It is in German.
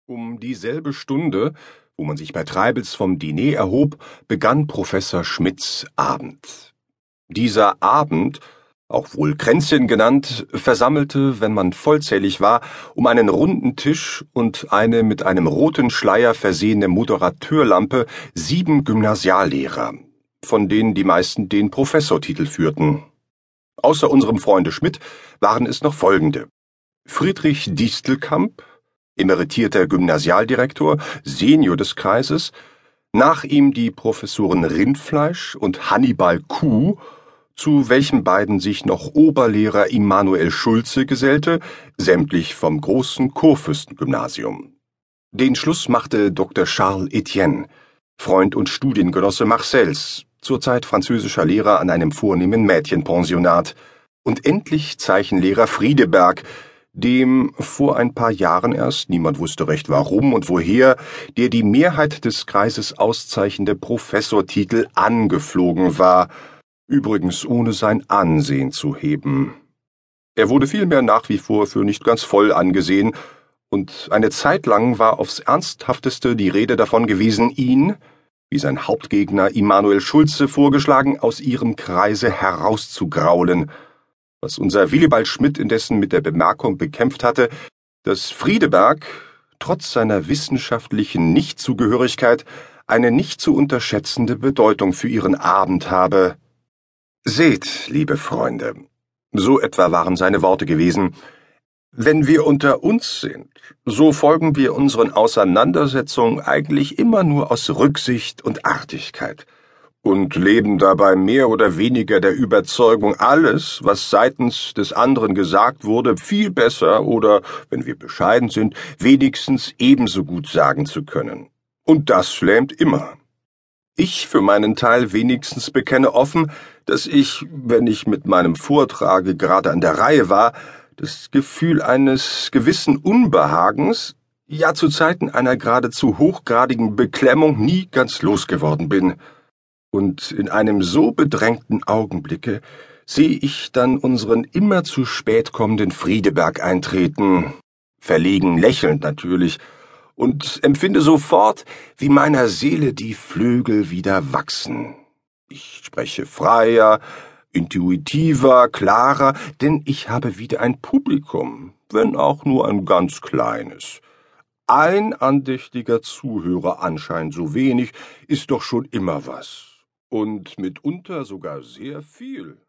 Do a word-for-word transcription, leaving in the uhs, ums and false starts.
Um dieselbe Stunde, wo man sich bei Treibels vom Diner erhob, begann Professor Schmidts Abend. Dieser Abend, auch wohl Kränzchen genannt, versammelte, wenn man vollzählig war, um einen runden Tisch und eine mit einem roten Schleier versehene Moderateurlampe sieben Gymnasiallehrer, von denen die meisten den Professortitel führten. Außer unserem Freunde Schmidt waren es noch folgende: Friedrich Distelkamp, emeritierter Gymnasialdirektor, Senior des Kreises, nach ihm die Professoren Rindfleisch und Hannibal Kuh, zu welchen beiden sich noch Oberlehrer Immanuel Schulze gesellte, sämtlich vom großen Kurfürstengymnasium. Den Schluss machte Doktor Charles Etienne, Freund und Studiengenosse Marcels, zurzeit französischer Lehrer an einem vornehmen Mädchenpensionat, und endlich Zeichenlehrer Friedeberg, dem vor ein paar Jahren erst, niemand wusste recht warum und woher, der die Mehrheit des Kreises auszeichnende Professortitel angeflogen war, übrigens ohne sein Ansehen zu heben. Er wurde vielmehr nach wie vor für nicht ganz voll angesehen, und eine Zeit lang war aufs Ernsthafteste die Rede davon gewesen, ihn, wie sein Hauptgegner Immanuel Schulze vorgeschlagen, aus ihrem Kreise herauszugraulen, was unser Willibald Schmidt indessen mit der Bemerkung bekämpft hatte, dass Friedeberg, trotz seiner wissenschaftlichen Nichtzugehörigkeit, eine nicht zu unterschätzende Bedeutung für ihren Abend habe. »Seht, liebe Freunde«, so etwa waren seine Worte gewesen, »wenn wir unter uns sind, so folgen wir unseren Auseinandersetzungen eigentlich immer nur aus Rücksicht und Artigkeit und leben dabei mehr oder weniger der Überzeugung, alles, was seitens des anderen gesagt wurde, viel besser oder, wenn wir bescheiden sind, wenigstens ebenso gut sagen zu können. Und das lähmt immer. Ich für meinen Teil wenigstens bekenne offen, dass ich, wenn ich mit meinem Vortrage gerade an der Reihe war, das Gefühl eines gewissen Unbehagens, ja zu Zeiten einer geradezu hochgradigen Beklemmung nie ganz losgeworden bin. Und in einem so bedrängten Augenblicke sehe ich dann unseren immer zu spät kommenden Friedeberg eintreten, verlegen lächelnd natürlich, und empfinde sofort, wie meiner Seele die Flügel wieder wachsen. Ich spreche freier, intuitiver, klarer, denn ich habe wieder ein Publikum, wenn auch nur ein ganz kleines. Ein andächtiger Zuhörer anscheinend so wenig, ist doch schon immer was. Und mitunter sogar sehr viel.